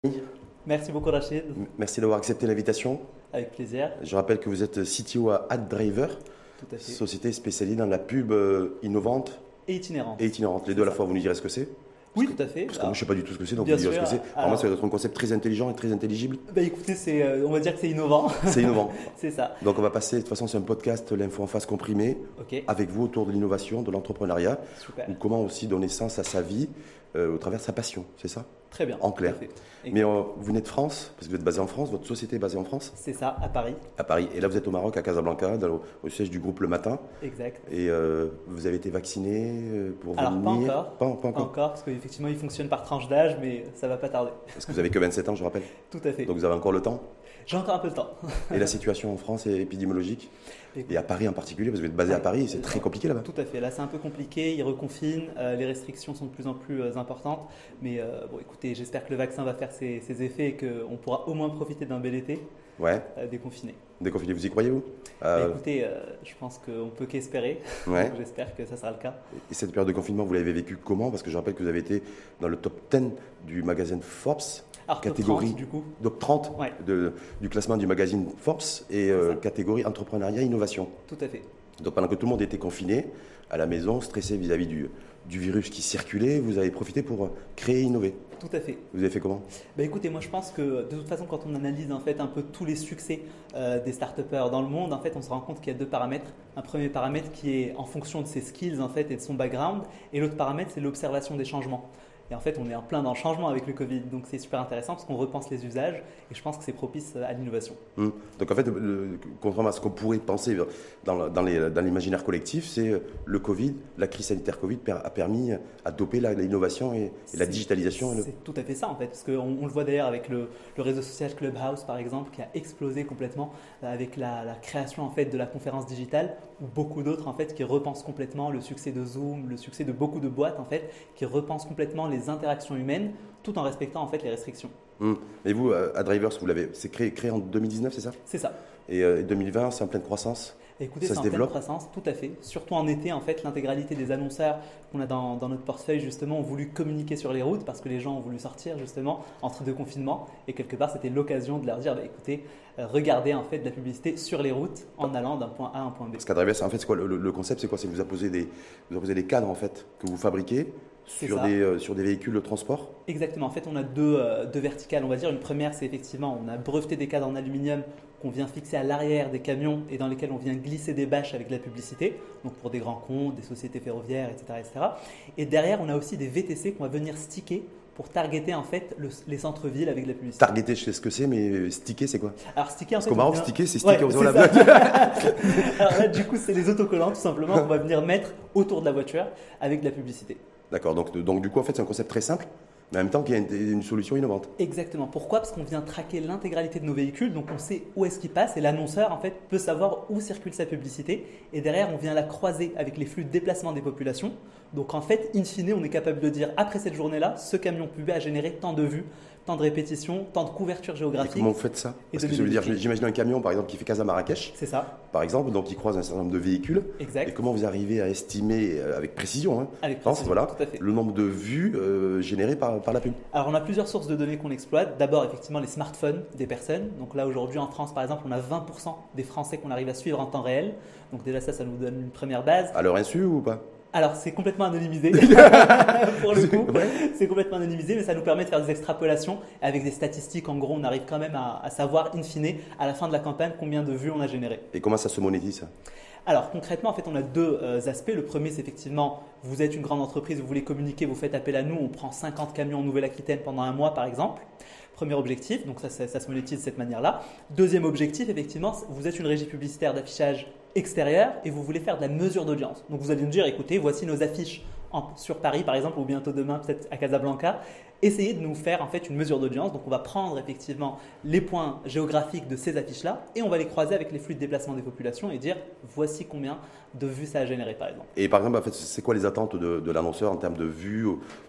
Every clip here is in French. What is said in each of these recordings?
Merci beaucoup Rachid, Merci d'avoir accepté l'invitation. avec plaisir, Je rappelle que vous êtes CTO à AdDriver, tout à fait. société spécialisée dans la pub innovante Et itinérant. et itinérante. Les deux à la fois, vous nous direz ce que c'est? Oui, tout à fait. Parce que moi, je ne sais pas du tout ce que c'est, donc bien vous nous direz ce sûr. que c'est. Alors, moi, ça va être un concept très intelligent et très intelligible. Écoutez, on va dire que c'est innovant, C'est innovant. c'est ça. Donc, on va passer, de toute façon, c'est un podcast, l'info en face comprimée, Ok, avec vous autour de l'innovation, de l'entrepreneuriat, super. ou comment aussi donner sens à sa vie au travers de sa passion, c'est ça? Très bien. En clair. tout à fait. Mais vous venez de France, parce que vous êtes basé en France, votre société est basée en France, C'est ça, à Paris, à Paris. Et là, vous êtes au Maroc, à Casablanca, au siège du groupe Le Matin. exact. Et vous avez été vacciné pour Alors pas venir? encore, Pas pas encore. encore, parce qu'effectivement il fonctionne par tranche d'âge, mais ça va pas tarder. Parce que vous avez que 27 ans, je rappelle. Tout à fait. Donc vous avez encore le temps. J'ai encore un peu de temps. Et la situation en France est épidémiologique. Et à Paris en particulier, parce que vous êtes basé à Paris, c'est très compliqué là-bas. Tout à fait. Là, c'est un peu compliqué. Ils reconfinent. Les restrictions sont de plus en plus importantes. Mais bon, écoutez, j'espère que le vaccin va faire ses effets et qu'on pourra au moins profiter d'un bel été Ouais, déconfiné. déconfiné, vous y croyez vous? Écoutez, je pense qu'on peut qu'espérer. Ouais. Donc, j'espère que ça sera le cas. Et cette période de confinement, vous l'avez vécu comment? Parce que je rappelle que vous avez été dans le top 10 du magazine Forbes, Alors, top catégorie 30, du coup. top 30 Ouais. du classement du magazine Forbes et ça. catégorie entrepreneuriat innovation. Tout à fait. Donc pendant que tout le monde était confiné à la maison, stressé vis-à-vis du virus qui circulait, vous avez profité pour créer, innover. Tout à fait. Vous avez fait comment? Écoutez, moi je pense que de toute façon, quand on analyse en fait un peu tous les succès des start-upers dans le monde, en fait, on se rend compte qu'il y a deux paramètres. Un premier paramètre qui est en fonction de ses skills en fait et de son background, et l'autre paramètre c'est l'observation des changements. Et en fait, on est en plein dans le changement avec le Covid, donc c'est super intéressant parce qu'on repense les usages et je pense que c'est propice à l'innovation. Donc en fait, contrairement à ce qu'on pourrait penser dans l'imaginaire collectif, c'est le Covid, la crise sanitaire Covid a permis à doper l'innovation et la digitalisation. C'est tout à fait ça en fait, parce qu'on le voit d'ailleurs avec le réseau social Clubhouse par exemple, qui a explosé complètement avec la création en fait de la conférence digitale, ou beaucoup d'autres en fait qui repensent complètement le succès de Zoom, le succès de beaucoup de boîtes en fait, qui repensent complètement les interactions humaines, tout en respectant en fait les restrictions. Et vous, AdDrivers, c'est créé en 2019, c'est ça? C'est ça. Et 2020, c'est en pleine croissance? Écoutez, Ça c'est se en pleine développe? croissance, tout à fait. Surtout en été, en fait, l'intégralité des annonceurs qu'on a dans notre portefeuille, justement, ont voulu communiquer sur les routes parce que les gens ont voulu sortir, justement, entre deux confinements. Et quelque part, c'était l'occasion de leur dire, écoutez, regardez, en fait, de la publicité sur les routes en allant d'un point A à un point B. Parce qu'AdDrivers, en fait, c'est quoi le concept? C'est quoi? C'est que vous apposez des cadres, en fait, que vous fabriquez C'est sur ça. sur des véhicules de transport? Exactement. En fait, on a deux verticales, on va dire. Une première, c'est effectivement, on a breveté des cadres en aluminium qu'on vient fixer à l'arrière des camions et dans lesquels on vient glisser des bâches avec de la publicité, donc pour des grands comptes, des sociétés ferroviaires, etc., etc. Et derrière, on a aussi des VTC qu'on va venir sticker pour targeter en fait les centres-villes avec de la publicité. Targeter, je sais ce que c'est, mais sticker, c'est quoi? Alors sticker, en Parce fait, qu'au on Maroc, vient- sticker, c'est sticker Ouais, aux la c'est ça. blague. Alors là, du coup, c'est les autocollants tout simplement qu'on va venir mettre autour de la voiture avec de la publicité. D'accord, donc du coup, en fait, c'est un concept très simple, mais en même temps, qui a une solution innovante. Exactement. Pourquoi? Parce qu'on vient traquer l'intégralité de nos véhicules, donc on sait où est-ce qu'ils passent et l'annonceur en fait peut savoir où circule sa publicité. Et derrière, on vient la croiser avec les flux de déplacement des populations. Donc en fait, in fine, on est capable de dire après cette journée-là, ce camion pubé a généré tant de vues, tant de répétitions, tant de couverture Et géographique. comment vous faites ça? Et Parce de que je veux dire, l'identifier. j'imagine un camion, par exemple, qui fait Casa-Marrakech, C'est ça. par exemple, donc il croise un certain nombre de véhicules. Exact. Et comment vous arrivez à estimer avec précision, hein, Avec je pense, précision, voilà, tout à fait. le nombre de vues générées par la pub? Alors on a plusieurs sources de données qu'on exploite. D'abord effectivement les smartphones des personnes. Donc là aujourd'hui en France par exemple on a 20% des Français qu'on arrive à suivre en temps réel. Donc déjà ça nous donne une première base. À leur insu ou pas? Alors c'est complètement anonymisé pour le coup. Ouais. C'est complètement anonymisé mais ça nous permet de faire des extrapolations avec des statistiques. En gros on arrive quand même à savoir in fine à la fin de la campagne combien de vues on a généré. Et comment ça se monétise, ça? Alors concrètement, en fait, on a deux aspects. Le premier, c'est effectivement, vous êtes une grande entreprise, vous voulez communiquer, vous faites appel à nous, on prend 50 camions en Nouvelle-Aquitaine pendant un mois, par exemple. Premier objectif, donc ça se monétise de cette manière-là. Deuxième objectif, effectivement, vous êtes une régie publicitaire d'affichage extérieur et vous voulez faire de la mesure d'audience. Donc vous allez nous dire, écoutez, voici nos affiches sur Paris, par exemple, ou bientôt demain, peut-être à Casablanca. Essayez de nous faire en fait une mesure d'audience. Donc on va prendre effectivement les points géographiques de ces affiches-là et on va les croiser avec les flux de déplacement des populations et dire voici combien de vues ça a généré par exemple. Et par exemple, en fait, c'est quoi les attentes de l'annonceur en termes de vues?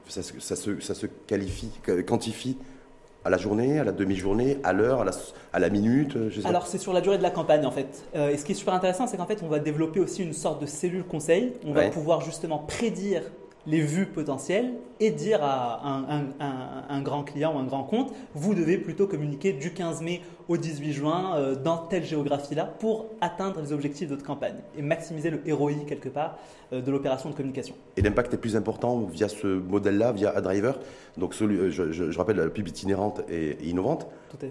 Ça se quantifie à la journée, à la demi-journée, à l'heure, à la minute, je sais pas. Alors c'est sur la durée de la campagne en fait. Et ce qui est super intéressant, c'est qu'en fait on va développer aussi une sorte de cellule conseil. On va Ouais. pouvoir justement prédire les vues potentielles et dire à un grand client ou un grand compte, vous devez plutôt communiquer du 15 mai au 18 juin dans telle géographie-là pour atteindre les objectifs de votre campagne et maximiser le ROI quelque part de l'opération de communication. Et l'impact est plus important via ce modèle-là, via AdDriver. Donc je rappelle, la pub itinérante et innovante,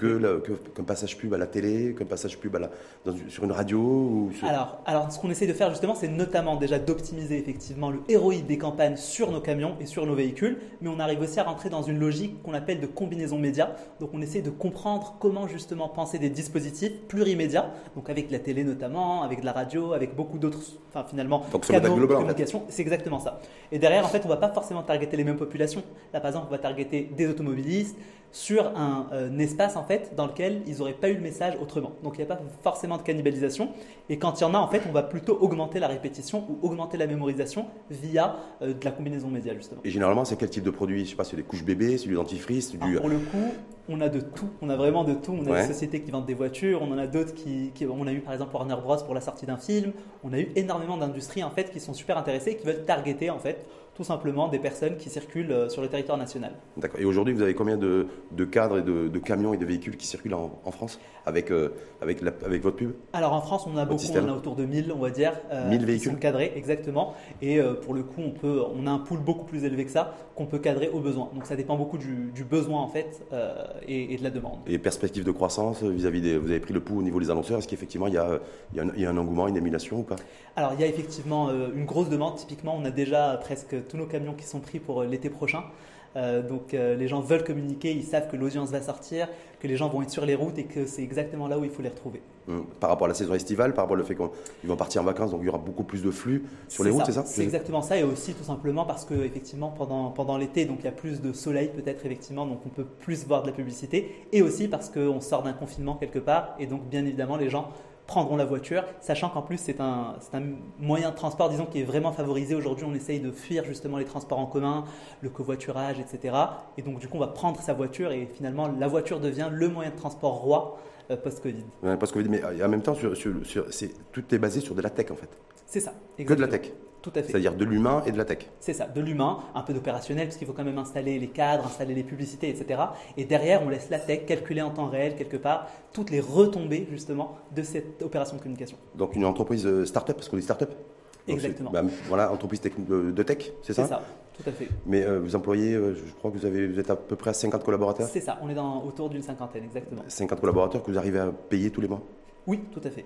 qu'un passage pub à la télé, qu'un passage pub sur une radio ou sur... Alors, ce qu'on essaie de faire justement, c'est notamment déjà d'optimiser effectivement le ROI des campagnes sur nos camions et sur nos véhicules, mais on arrive aussi à rentrer dans une logique qu'on appelle de combinaison média. Donc on essaie de comprendre comment justement penser des dispositifs plurimédias, donc avec la télé notamment, avec de la radio, avec beaucoup d'autres, finalement, canaux de communication. En fait. C'est exactement ça. Et derrière, en fait, on ne va pas forcément targeter les mêmes populations. Là, par exemple, on va targeter des automobilistes sur un espace en fait dans lequel ils n'auraient pas eu le message autrement. Donc il n'y a pas forcément de cannibalisation. Et quand il y en a, en fait, on va plutôt augmenter la répétition ou augmenter la mémorisation via de la combinaison média justement. Et généralement, c'est quel type de produit? Je sais pas, c'est des couches bébés, c'est du dentifrice, Pour le coup, on a de tout. On a vraiment de tout. On a des sociétés qui vendent des voitures. On en a d'autres on a eu par exemple Warner Bros pour la sortie d'un film. On a eu énormément d'industries en fait qui sont super intéressées et qui veulent targeter en fait tout simplement des personnes qui circulent sur le territoire national. D'accord. Et aujourd'hui, vous avez combien de cadres et de camions et de véhicules qui circulent en France avec votre pub? Alors en France, on a beaucoup, on a autour de 1000, on va dire. 1000 véhicules qui sont cadrés, exactement. Et pour le coup, on a un pool beaucoup plus élevé que ça qu'on peut cadrer aux besoins. Donc ça dépend beaucoup du besoin en fait et de la demande. Et perspective de croissance vis-à-vis vous avez pris le pouls au niveau des annonceurs. Est-ce qu'effectivement il y a un engouement, une émulation ou pas? Alors il y a effectivement une grosse demande. Typiquement, on a déjà presque tous nos camions qui sont pris pour l'été prochain. Donc les gens veulent communiquer, ils savent que l'audience va sortir, que les gens vont être sur les routes et que c'est exactement là où il faut les retrouver. Par rapport à la saison estivale, par rapport au fait qu'ils vont partir en vacances, donc il y aura beaucoup plus de flux sur les routes, c'est ça? C'est exactement ça, et aussi tout simplement parce que effectivement pendant l'été, donc il y a plus de soleil peut-être effectivement, donc on peut plus voir de la publicité, et aussi parce qu'on sort d'un confinement quelque part, et donc bien évidemment les gens prendront la voiture, sachant qu'en plus c'est un moyen de transport, disons, qui est vraiment favorisé. Aujourd'hui, on essaye de fuir justement les transports en commun, le covoiturage, etc. Et donc du coup, on va prendre sa voiture et finalement, la voiture devient le moyen de transport roi post-Covid. Ouais, post-Covid, mais en même temps, tout est basé sur de la tech en fait. C'est ça. Exactement. Que de la tech. Tout à fait. C'est-à-dire de l'humain et de la tech. C'est ça, de l'humain, un peu d'opérationnel, parce qu'il faut quand même installer les cadres, installer les publicités, etc. Et derrière, on laisse la tech calculer en temps réel, quelque part, toutes les retombées, justement, de cette opération de communication. Donc une entreprise start-up, parce qu'on dit start-up. Exactement. Voilà, entreprise de tech, c'est ça? C'est ça, tout à fait. Mais vous employez, je crois que vous êtes à peu près à 50 collaborateurs? C'est ça, on est autour d'une cinquantaine, exactement. 50 collaborateurs que vous arrivez à payer tous les mois? Oui, tout à fait.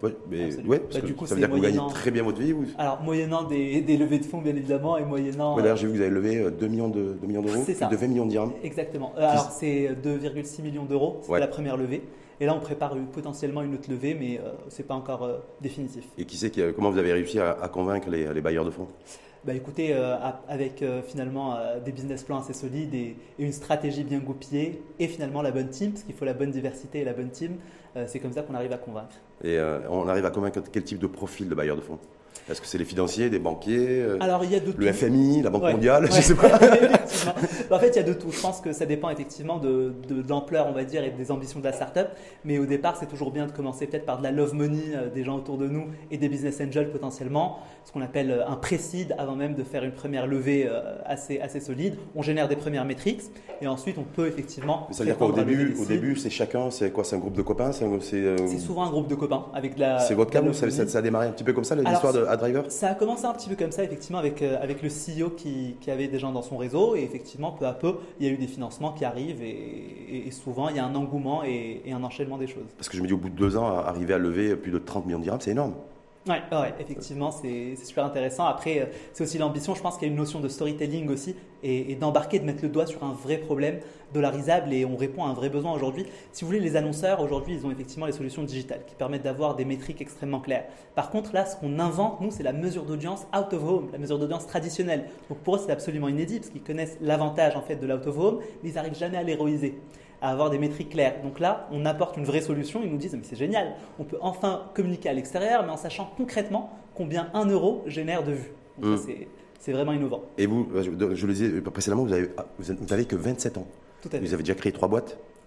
Du coup, ça veut dire que vous gagnez très bien votre vie ou... Alors, moyennant des levées de fonds, bien évidemment, et moyennant... D'ailleurs, j'ai vu que vous avez levé 2 millions d'euros, c'est ça. De 20 millions de dirhams. Exactement. Alors, c'est 2,6 millions d'euros, c'est la première levée. Et là, on prépare potentiellement une autre levée, mais ce n'est pas encore définitif. Et comment vous avez réussi à convaincre les bailleurs de fonds? Écoutez, avec finalement des business plans assez solides et une stratégie bien goupillée et finalement la bonne team, parce qu'il faut la bonne diversité et la bonne team, c'est comme ça qu'on arrive à convaincre. Et on arrive à convaincre quel type de profil de bailleurs de fonds? Est-ce que c'est les financiers, des banquiers, Alors, il y a de le tout. FMI, la Banque mondiale, je ne sais pas. Effectivement. En fait, il y a de tout. Je pense que ça dépend effectivement de l'ampleur, on va dire, et des ambitions de la startup. Mais au départ, c'est toujours bien de commencer peut-être par de la love money des gens autour de nous et des business angels potentiellement, ce qu'on appelle un pré-seed avant même de faire une première levée assez solide. On génère des premières métriques et ensuite on peut effectivement. Ça veut dire qu'au début, c'est chacun, c'est quoi? C'est un groupe de copains? C'est souvent un groupe de copains avec de la. C'est votre cas ou ça a démarré un petit peu comme ça, l'histoire de AdDriver? Ça a commencé un petit peu comme ça, effectivement, avec le CEO qui avait des gens dans son réseau. Et effectivement, peu à peu, il y a eu des financements qui arrivent. Et souvent, il y a un engouement et un enchaînement des choses. Parce que je me dis, au bout de 2 ans, arriver à lever plus de 30 millions de dirhams, c'est énorme. Ouais, effectivement, c'est super intéressant. Après, c'est aussi l'ambition. Je pense qu'il y a une notion de storytelling aussi et d'embarquer, de mettre le doigt sur un vrai problème dollarisable et on répond à un vrai besoin aujourd'hui. Si vous voulez, les annonceurs, aujourd'hui, ils ont effectivement les solutions digitales qui permettent d'avoir des métriques extrêmement claires. Par contre, là, ce qu'on invente, nous, c'est la mesure d'audience out of home, la mesure d'audience traditionnelle. Donc pour eux, c'est absolument inédit parce qu'ils connaissent l'avantage en fait de l'out of home, mais ils n'arrivent jamais à l'héroïser, à avoir des métriques claires. Donc là, on apporte une vraie solution. Ils nous disent, mais c'est génial, on peut enfin communiquer à l'extérieur, mais en sachant concrètement combien 1 euro génère de vues. Donc ça, c'est vraiment innovant. Et vous, je le disais précédemment, vous n'avez que 27 ans. Tout à fait. Vous avez déjà créé 3 boîtes.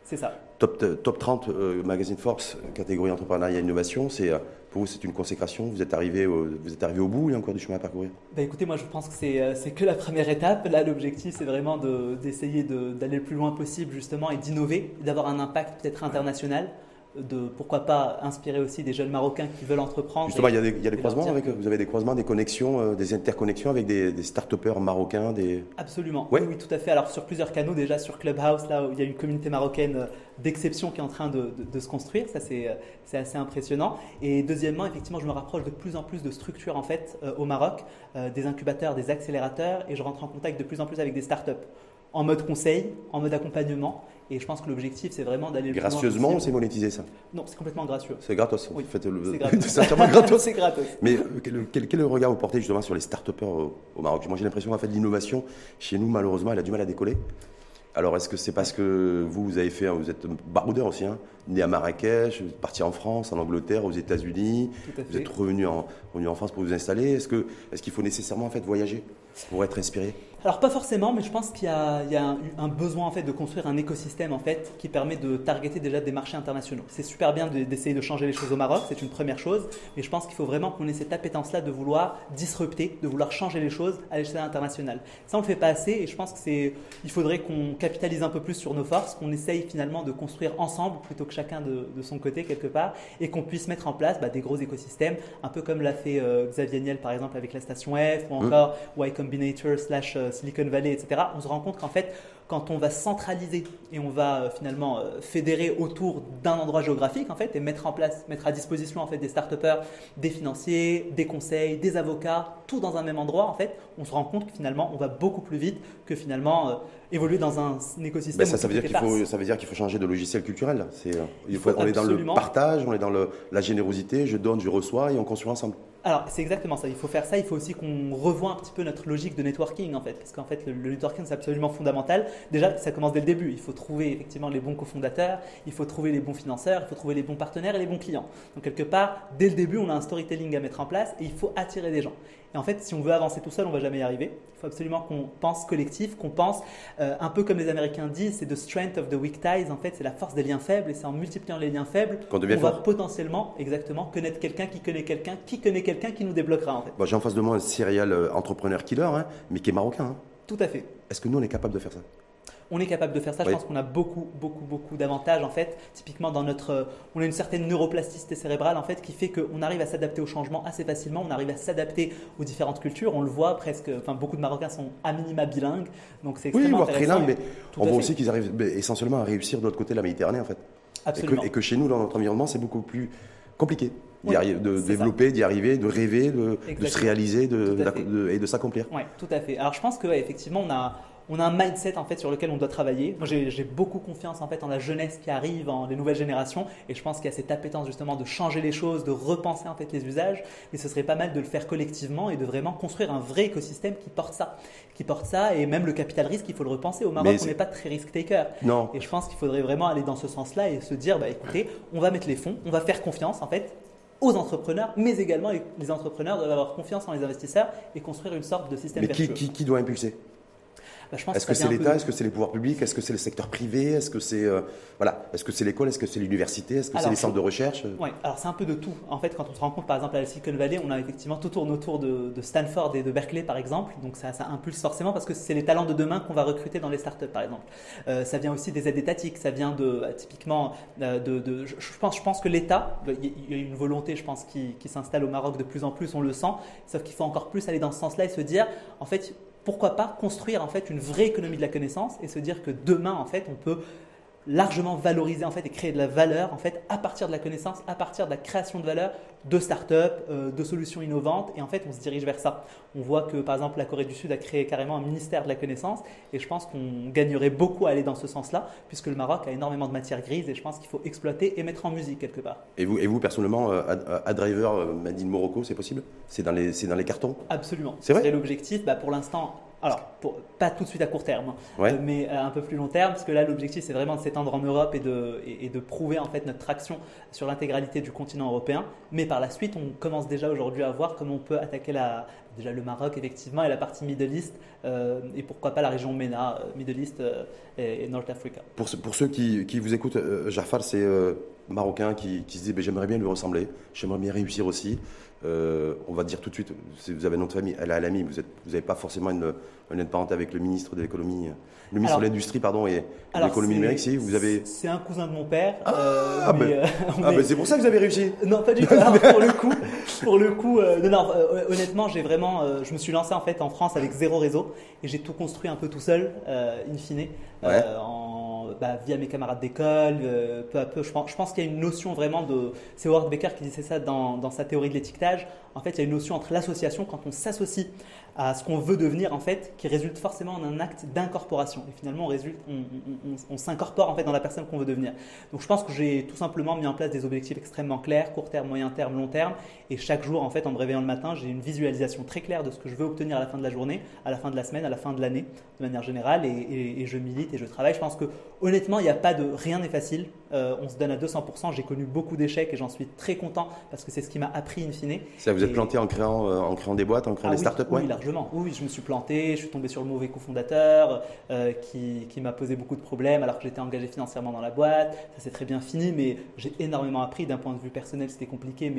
C'est ça. Top 30 magazine Forbes, catégorie entrepreneuriat et innovation, pour vous c'est une consécration, vous êtes arrivé au bout, il y a encore du chemin à parcourir? Écoutez, moi je pense que c'est que la première étape. Là, l'objectif c'est vraiment d'essayer d'aller le plus loin possible justement et d'innover, d'avoir un impact peut-être international. Pourquoi pas inspirer aussi des jeunes Marocains qui veulent entreprendre. Justement, il y a des croisements vous avez des croisements, des connexions, des interconnexions avec des start-upers marocains Absolument, ouais. Oui, tout à fait. Alors sur plusieurs canaux, déjà sur Clubhouse, là où il y a une communauté marocaine d'exception qui est en train de se construire, ça c'est assez impressionnant. Et deuxièmement, effectivement, je me rapproche de plus en plus de structures en fait au Maroc, des incubateurs, des accélérateurs, et je rentre en contact de plus en plus avec des startups en mode conseil, en mode accompagnement. Et je pense que l'objectif, c'est vraiment d'aller le plus loin possible. Gracieusement ou c'est monétisé ça? Non, c'est complètement gracieux. C'est gratos. Oui, c'est gratos. C'est entièrement gratos. C'est gratos. Mais quel regard vous portez justement sur les start-upers au Maroc? Moi j'ai l'impression qu'en fait l'innovation, chez nous malheureusement, elle a du mal à décoller. Alors est-ce que c'est parce que vous êtes baroudeur aussi, hein, né à Marrakech, vous êtes parti en France, en Angleterre, aux États-Unis, vous êtes revenu en France pour vous installer. Est-ce qu'il faut nécessairement en fait voyager pour être inspiré? Alors pas forcément, mais je pense qu'il y a un besoin en fait de construire un écosystème en fait qui permet de targeter déjà des marchés internationaux. C'est super bien d'essayer de changer les choses au Maroc, c'est une première chose, mais je pense qu'il faut vraiment qu'on ait cette appétence-là de vouloir disrupter, de vouloir changer les choses à l'échelle internationale. Ça on le fait pas assez et je pense il faudrait qu'on capitalise un peu plus sur nos forces, qu'on essaye finalement de construire ensemble plutôt que chacun de son côté quelque part et qu'on puisse mettre en place des gros écosystèmes, un peu comme l'a fait Xavier Niel par exemple avec la station F ou encore Y Combinator / Silicon Valley, etc. On se rend compte qu'en fait, quand on va centraliser et on va finalement fédérer autour d'un endroit géographique en fait, et mettre à disposition en fait des start-upers, des financiers, des conseils, des avocats, tout dans un même endroit en fait, on se rend compte que finalement on va beaucoup plus vite que finalement évoluer dans un écosystème. Ça veut dire qu'il faut changer de logiciel culturel. On est dans le partage, on est dans la générosité, je donne, je reçois et on construit ensemble. Alors, c'est exactement ça. Il faut faire ça. Il faut aussi qu'on revoie un petit peu notre logique de networking, en fait. Parce qu'en fait, le networking, c'est absolument fondamental. Déjà, ça commence dès le début. Il faut trouver effectivement les bons cofondateurs, il faut trouver les bons financeurs, il faut trouver les bons partenaires et les bons clients. Donc, quelque part, dès le début, on a un storytelling à mettre en place et il faut attirer des gens. Et en fait, si on veut avancer tout seul, on ne va jamais y arriver. Il faut absolument qu'on pense collectif, qu'on pense un peu comme les Américains disent, c'est the strength of the weak ties. En fait, c'est la force des liens faibles et c'est en multipliant les liens faibles qu'on va potentiellement, exactement, connaître quelqu'un qui connaît quelqu'un qui nous débloquera en fait. J'ai en face de moi un serial entrepreneur killer, hein, mais qui est marocain. Hein. Tout à fait. Est-ce que nous, on est capable de faire ça? On est capable de faire ça. Oui. Je pense qu'on a beaucoup d'avantages en fait. Typiquement, on a une certaine neuroplasticité cérébrale en fait qui fait qu'on arrive à s'adapter au changement assez facilement. On arrive à s'adapter aux différentes cultures. On le voit presque. Beaucoup de Marocains sont à minima bilingues, donc c'est extrêmement intéressant. Trilingues, mais on voit aussi qu'ils arrivent essentiellement à réussir de l'autre côté de la Méditerranée en fait. Absolument. Et que chez nous, dans notre environnement, c'est beaucoup plus compliqué de développer, d'y arriver, de rêver, de se réaliser et de s'accomplir. Oui, tout à fait. Alors je pense qu'effectivement, on a un mindset en fait sur lequel on doit travailler. Moi, j'ai beaucoup confiance en fait en la jeunesse qui arrive, en les nouvelles générations, et je pense qu'il y a cette appétence justement de changer les choses, de repenser en fait les usages. Et ce serait pas mal de le faire collectivement et de vraiment construire un vrai écosystème qui porte ça. Et même le capital risque, il faut le repenser. Au Maroc, on n'est pas très risk taker. Non. Et je pense qu'il faudrait vraiment aller dans ce sens-là et se dire, écoutez, on va mettre les fonds, on va faire confiance en fait aux entrepreneurs, mais également les entrepreneurs doivent avoir confiance en les investisseurs et construire une sorte de système vertueux. Mais qui doit impulser? Est-ce que c'est l'État? Est-ce que c'est les pouvoirs publics? Est-ce que c'est le secteur privé? Est-ce que c'est Est-ce que c'est l'école? Est-ce que c'est l'université? Est-ce que c'est les centres de recherche? Oui, alors c'est un peu de tout. En fait, quand on se rend compte, par exemple, à la Silicon Valley, on a effectivement tout tourne autour de Stanford et de Berkeley, par exemple. Donc ça impulse forcément parce que c'est les talents de demain qu'on va recruter dans les startups, par exemple. Ça vient aussi des aides étatiques. Ça vient typiquement je pense que l'État, il y a une volonté, je pense, qui s'installe au Maroc de plus en plus, on le sent. Sauf qu'il faut encore plus aller dans ce sens-là et se dire, en fait, pourquoi pas construire en fait une vraie économie de la connaissance et se dire que demain en fait on peut largement valoriser en fait et créer de la valeur en fait à partir de la connaissance, à partir de la création de valeur de start-up, de solutions innovantes et en fait on se dirige vers ça. On voit que par exemple la Corée du Sud a créé carrément un ministère de la connaissance et je pense qu'on gagnerait beaucoup à aller dans ce sens-là puisque le Maroc a énormément de matière grise et je pense qu'il faut exploiter et mettre en musique quelque part. Et vous personnellement, AdDriver Made in Morocco, c'est possible? C'est dans les cartons? Absolument. C'est vrai? C'est l'objectif. Pour l'instant, alors pas tout de suite à court terme, Ouais. mais à un peu plus long terme, parce que là l'objectif c'est vraiment de s'étendre en Europe et de prouver en fait notre traction sur l'intégralité du continent européen. Mais par la suite, on commence déjà aujourd'hui à voir comment on peut attaquer déjà le Maroc effectivement et la partie Middle East et pourquoi pas la région MENA, Middle East et North Africa. Pour ceux qui vous écoutent, Jafar, c'est marocain qui se dit j'aimerais bien lui ressembler, j'aimerais bien réussir aussi. On va dire tout de suite, si vous avez un nom de famille, El Alami, vous n'avez pas forcément une lien de parenté avec le ministre de l'économie, le ministre de l'industrie pardon, et de l'économie numérique. Si vous avez. C'est un cousin de mon père. C'est pour ça que vous avez réussi. Non, pas du tout. Alors, pour le coup, honnêtement, je me suis lancé en fait en France avec zéro réseau et j'ai tout construit un peu tout seul, in fine. Ouais. Via mes camarades d'école, peu à peu. Je pense qu'il y a une notion vraiment de. C'est Howard Becker qui disait ça dans sa théorie de l'étiquetage. En fait, il y a une notion entre l'association, quand on s'associe à ce qu'on veut devenir, en fait, qui résulte forcément en un acte d'incorporation. Et finalement, on s'incorpore en fait dans la personne qu'on veut devenir. Donc, je pense que j'ai tout simplement mis en place des objectifs extrêmement clairs, court terme, moyen terme, long terme. Et chaque jour, en fait, en me réveillant le matin, j'ai une visualisation très claire de ce que je veux obtenir à la fin de la journée, à la fin de la semaine, à la fin de l'année, de manière générale. Et je milite et je travaille. Je pense que honnêtement, il n'y a pas de rien n'est facile. On se donne à 200%. J'ai connu beaucoup d'échecs et j'en suis très content parce que c'est ce qui m'a appris in fine. Ça, vous êtes planté en créant des boîtes, en créant des startups, oui, largement. Oui, je me suis planté. Je suis tombé sur le mauvais cofondateur qui m'a posé beaucoup de problèmes alors que j'étais engagé financièrement dans la boîte. Ça s'est très bien fini, mais j'ai énormément appris. D'un point de vue personnel, c'était compliqué,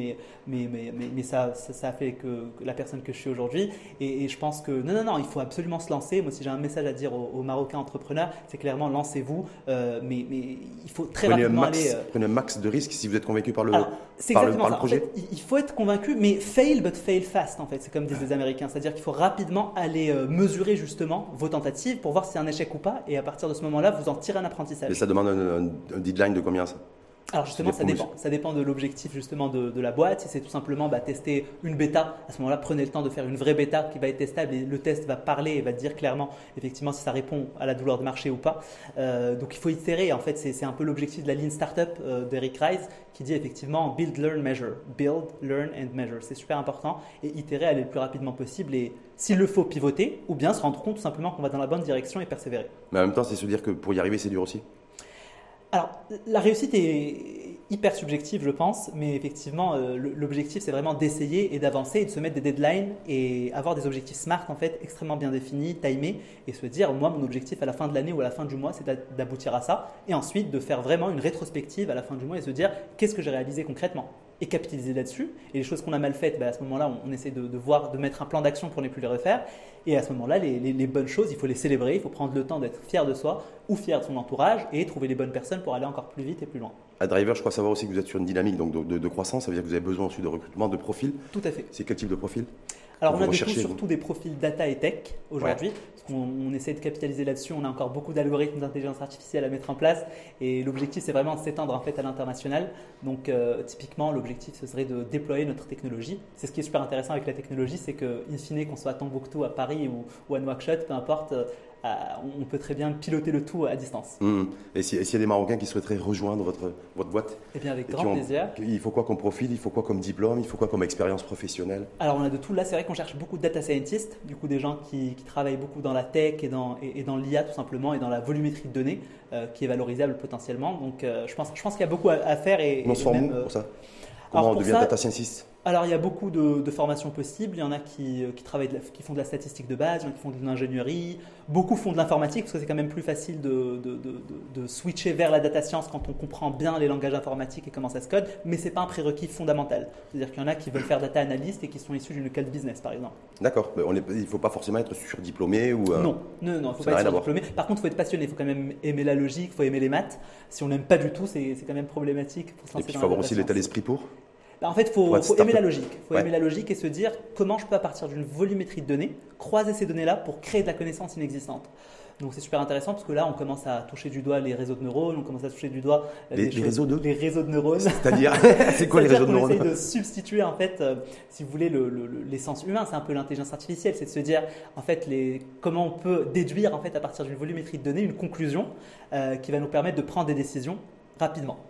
mais ça a fait que la personne que je suis aujourd'hui. Et je pense que non, il faut absolument se lancer. Moi, si j'ai un message à dire aux Marocains entrepreneurs, c'est clairement lancez-vous. Mais il faut très rapidement aller. Prenez un max de risques si vous êtes convaincu par le projet. En fait, il faut être convaincu, mais fail but fail fast. En fait, c'est comme disent les Américains, c'est-à-dire qu'il faut rapidement aller mesurer justement vos tentatives pour voir si c'est un échec ou pas, et à partir de ce moment-là, vous en tirez un apprentissage. Et ça demande un deadline de combien ça? Alors justement, ça dépend. Ça dépend de l'objectif justement de la boîte. Si c'est tout simplement tester une bêta, à ce moment-là, prenez le temps de faire une vraie bêta qui va être testable et le test va parler et va dire clairement effectivement si ça répond à la douleur de marché ou pas. Donc il faut itérer. En fait, c'est un peu l'objectif de la Lean Startup d'Eric Ries qui dit effectivement build, learn, measure. Build, learn and measure. C'est super important et itérer, aller le plus rapidement possible et s'il le faut pivoter ou bien se rendre compte tout simplement qu'on va dans la bonne direction et persévérer. Mais en même temps, c'est se dire que pour y arriver, c'est dur aussi. Alors, la réussite est hyper subjective, je pense, mais effectivement, l'objectif, c'est vraiment d'essayer et d'avancer et de se mettre des deadlines et avoir des objectifs SMART, en fait, extrêmement bien définis, timés, et se dire, moi, mon objectif à la fin de l'année ou à la fin du mois, c'est d'aboutir à ça, et ensuite de faire vraiment une rétrospective à la fin du mois et se dire, qu'est-ce que j'ai réalisé concrètement ? Et capitaliser là-dessus. Et les choses qu'on a mal faites, à ce moment-là, on essaie de mettre un plan d'action pour ne plus les refaire. Et à ce moment-là, les bonnes choses, il faut les célébrer, il faut prendre le temps d'être fier de soi ou fier de son entourage et trouver les bonnes personnes pour aller encore plus vite et plus loin. À Driver, je crois savoir aussi que vous êtes sur une dynamique donc de croissance, ça veut dire que vous avez besoin aussi de recrutement, de profils. Tout à fait. C'est quel type de profil ? Alors on a surtout des profils data et tech aujourd'hui, parce qu'on essaie de capitaliser là-dessus, on a encore beaucoup d'algorithmes d'intelligence artificielle à mettre en place et l'objectif c'est vraiment de s'étendre en fait à l'international. Donc typiquement l'objectif ce serait de déployer notre technologie. C'est ce qui est super intéressant avec la technologie, c'est que in fine qu'on soit à Tombouctou, à Paris ou à Nouakchott, peu importe, on peut très bien piloter le tout à distance. Et s'il y a des Marocains qui souhaiteraient rejoindre votre boîte? Eh bien avec grand plaisir. Il faut quoi comme profil? Il faut quoi comme diplôme? Il faut quoi comme expérience professionnelle? Alors on a de tout. Là c'est vrai qu'on cherche beaucoup de data scientists, du coup des gens qui travaillent beaucoup dans la tech et dans l'IA tout simplement et dans la volumétrie de données qui est valorisable potentiellement. Donc je pense qu'il y a beaucoup à faire. On se forme pour ça? Comment on devient data scientist? Alors il y a beaucoup de formations possibles, il y en a qui font de la statistique de base, il y en a qui font de l'ingénierie, beaucoup font de l'informatique parce que c'est quand même plus facile de switcher vers la data science quand on comprend bien les langages informatiques et comment ça se code, mais ce n'est pas un prérequis fondamental. C'est-à-dire qu'il y en a qui veulent faire data analyst et qui sont issus d'une école de business par exemple. D'accord, mais il ne faut pas forcément être surdiplômé ou… Non, il ne faut pas être surdiplômé. Par contre, il faut être passionné, il faut quand même aimer la logique, il faut aimer les maths. Si on n'aime pas du tout, c'est quand même problématique. Pour se lancer et puis il faut avoir aussi l'état d'esprit pour… En fait, il faut aimer la logique. Il faut aimer la logique et se dire comment je peux, à partir d'une volumétrie de données, croiser ces données-là pour créer de la connaissance inexistante. Donc c'est super intéressant parce que là, on commence à toucher du doigt les réseaux de neurones, on commence à toucher du doigt les réseaux de neurones. C'est-à-dire, c'est quoi les réseaux de neurones? On essaye de substituer en fait, si vous voulez, l'essence humaine, c'est un peu l'intelligence artificielle, c'est de se dire en fait comment on peut déduire en fait à partir d'une volumétrie de données une conclusion qui va nous permettre de prendre des décisions rapidement.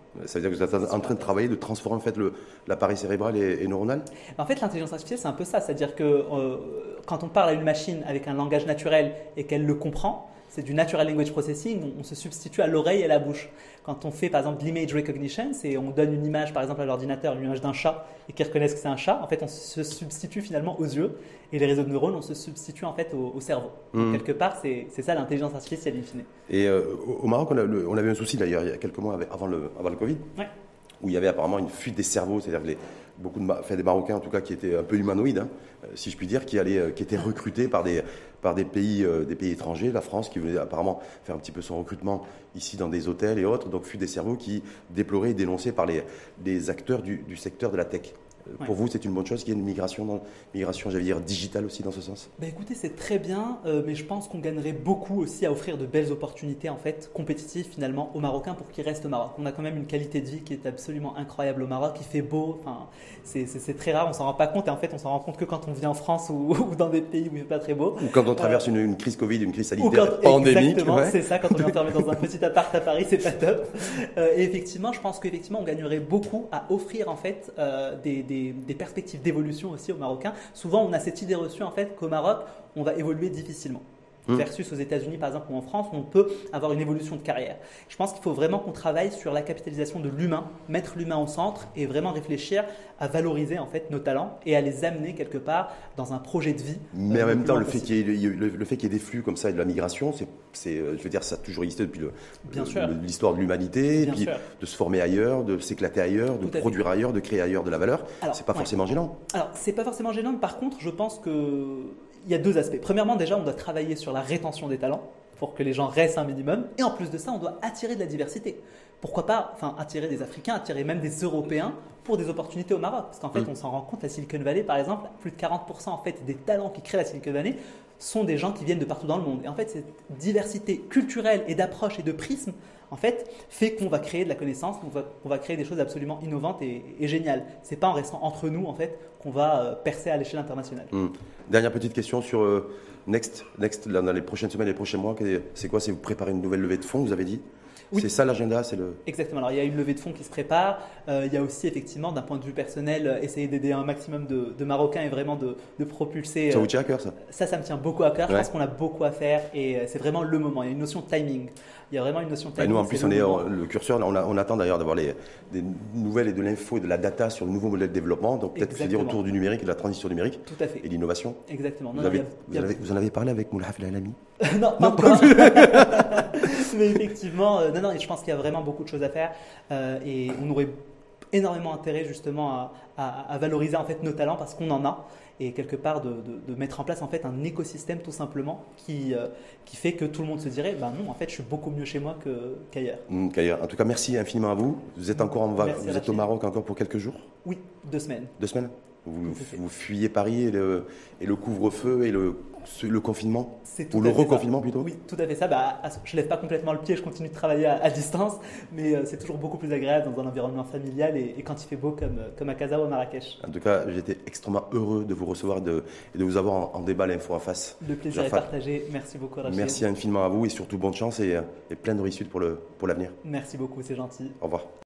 Ça veut dire que vous êtes en train de travailler, de transformer en fait l'appareil cérébral et neuronal? En fait, l'intelligence artificielle, c'est un peu ça. C'est-à-dire que quand on parle à une machine avec un langage naturel et qu'elle le comprend, c'est du natural language processing, on se substitue à l'oreille et à la bouche. Quand on fait par exemple de l'image recognition, c'est on donne une image par exemple à l'ordinateur, une image d'un chat, et qu'il reconnaisse que c'est un chat, en fait on se substitue finalement aux yeux, et les réseaux de neurones, on se substitue en fait au cerveau. Donc, quelque part, c'est ça l'intelligence artificielle in fine. Et au Maroc, on avait un souci d'ailleurs il y a quelques mois avant le Covid, où il y avait apparemment une fuite des cerveaux, c'est-à-dire que beaucoup des Marocains en tout cas qui étaient un peu humanoïdes, si je puis dire, qui étaient recrutés par des pays étrangers, la France qui voulait apparemment faire un petit peu son recrutement ici dans des hôtels et autres, donc fuite des cerveaux qui déploraient et dénoncés par les acteurs du secteur de la tech. Pour vous, c'est une bonne chose qu'il y ait une migration, j'allais dire, digitale aussi dans ce sens? Écoutez, c'est très bien, mais je pense qu'on gagnerait beaucoup aussi à offrir de belles opportunités en fait, compétitives finalement aux Marocains pour qu'ils restent au Maroc. On a quand même une qualité de vie qui est absolument incroyable au Maroc, il fait beau, c'est très rare, on s'en rend pas compte et en fait on s'en rend compte que quand on vit en France ou dans des pays où il fait pas très beau. Ou quand on traverse une crise Covid, une crise sanitaire pandémique. Exactement, c'est ça, quand on est enfermé dans un petit appart à Paris, c'est pas top. Et effectivement, je pense qu'effectivement on gagnerait beaucoup à offrir en fait des perspectives d'évolution aussi aux Marocains. Souvent, on a cette idée reçue en fait qu'au Maroc, on va évoluer difficilement. Versus aux États-Unis, par exemple, ou en France, où on peut avoir une évolution de carrière. Je pense qu'il faut vraiment qu'on travaille sur la capitalisation de l'humain, mettre l'humain au centre et vraiment réfléchir à valoriser en fait nos talents et à les amener quelque part dans un projet de vie. Mais en même temps, le fait qu'il y ait des flux comme ça et de la migration, je veux dire, ça a toujours existé depuis l'histoire de l'humanité, puis de se former ailleurs, de s'éclater ailleurs, de produire ailleurs, de créer ailleurs de la valeur. C'est pas forcément gênant. Alors, c'est pas forcément gênant, mais par contre, je pense que il y a deux aspects. Premièrement, déjà, on doit travailler sur la rétention des talents pour que les gens restent un minimum. Et en plus de ça, on doit attirer de la diversité. Pourquoi pas attirer des Africains, attirer même des Européens pour des opportunités au Maroc. Parce qu'en fait, on s'en rend compte, la Silicon Valley, par exemple, plus de 40% en fait, des talents qui créent la Silicon Valley sont des gens qui viennent de partout dans le monde. Et en fait, cette diversité culturelle et d'approche et de prisme, en fait, fait qu'on va créer de la connaissance, qu'on va créer des choses absolument innovantes et géniales. C'est pas en restant entre nous, en fait, qu'on va percer à l'échelle internationale. Dernière petite question sur Next, dans les prochaines semaines, les prochains mois, c'est quoi? C'est vous préparer une nouvelle levée de fonds, vous avez dit? Oui. C'est ça l'agenda, Exactement. Alors il y a une levée de fonds qui se prépare. Il y a aussi effectivement, d'un point de vue personnel, essayer d'aider un maximum de Marocains et vraiment de propulser. Ça vous tient à cœur, ça? Ça me tient beaucoup à cœur. Je pense qu'on a beaucoup à faire et c'est vraiment le moment. Il y a une notion de timing. Il y a vraiment une notion de timing. Nous, en plus, le curseur, on attend d'ailleurs d'avoir des nouvelles et de l'info et de la data sur le nouveau modèle de développement. Donc peut-être que c'est dire autour du numérique et de la transition numérique. Tout à fait. Et l'innovation. Exactement. Vous en avez parlé avec Moulhaf El Alami? Non, pas encore. Mais effectivement, non, je pense qu'il y a vraiment beaucoup de choses à faire et on aurait énormément intérêt justement à valoriser en fait nos talents parce qu'on en a et quelque part de mettre en place en fait un écosystème tout simplement qui fait que tout le monde se dirait non, en fait je suis beaucoup mieux chez moi qu'ailleurs. En tout cas, merci infiniment à vous. Vous êtes encore vous êtes au Maroc encore pour quelques jours? Oui, 2 semaines. 2 semaines? Vous fuyez Paris et le couvre-feu et le confinement? Ou le reconfinement plutôt? Oui, tout à fait ça. Je ne lève pas complètement le pied, je continue de travailler à distance, mais c'est toujours beaucoup plus agréable dans un environnement familial et quand il fait beau comme à Casa ou à Marrakech. En tout cas, j'étais extrêmement heureux de vous recevoir et de vous avoir en débat l'info en face. Le plaisir est partagé. Merci beaucoup, Rachid. Merci infiniment à vous et surtout bonne chance et plein de réussite pour l'avenir. Merci beaucoup, c'est gentil. Au revoir.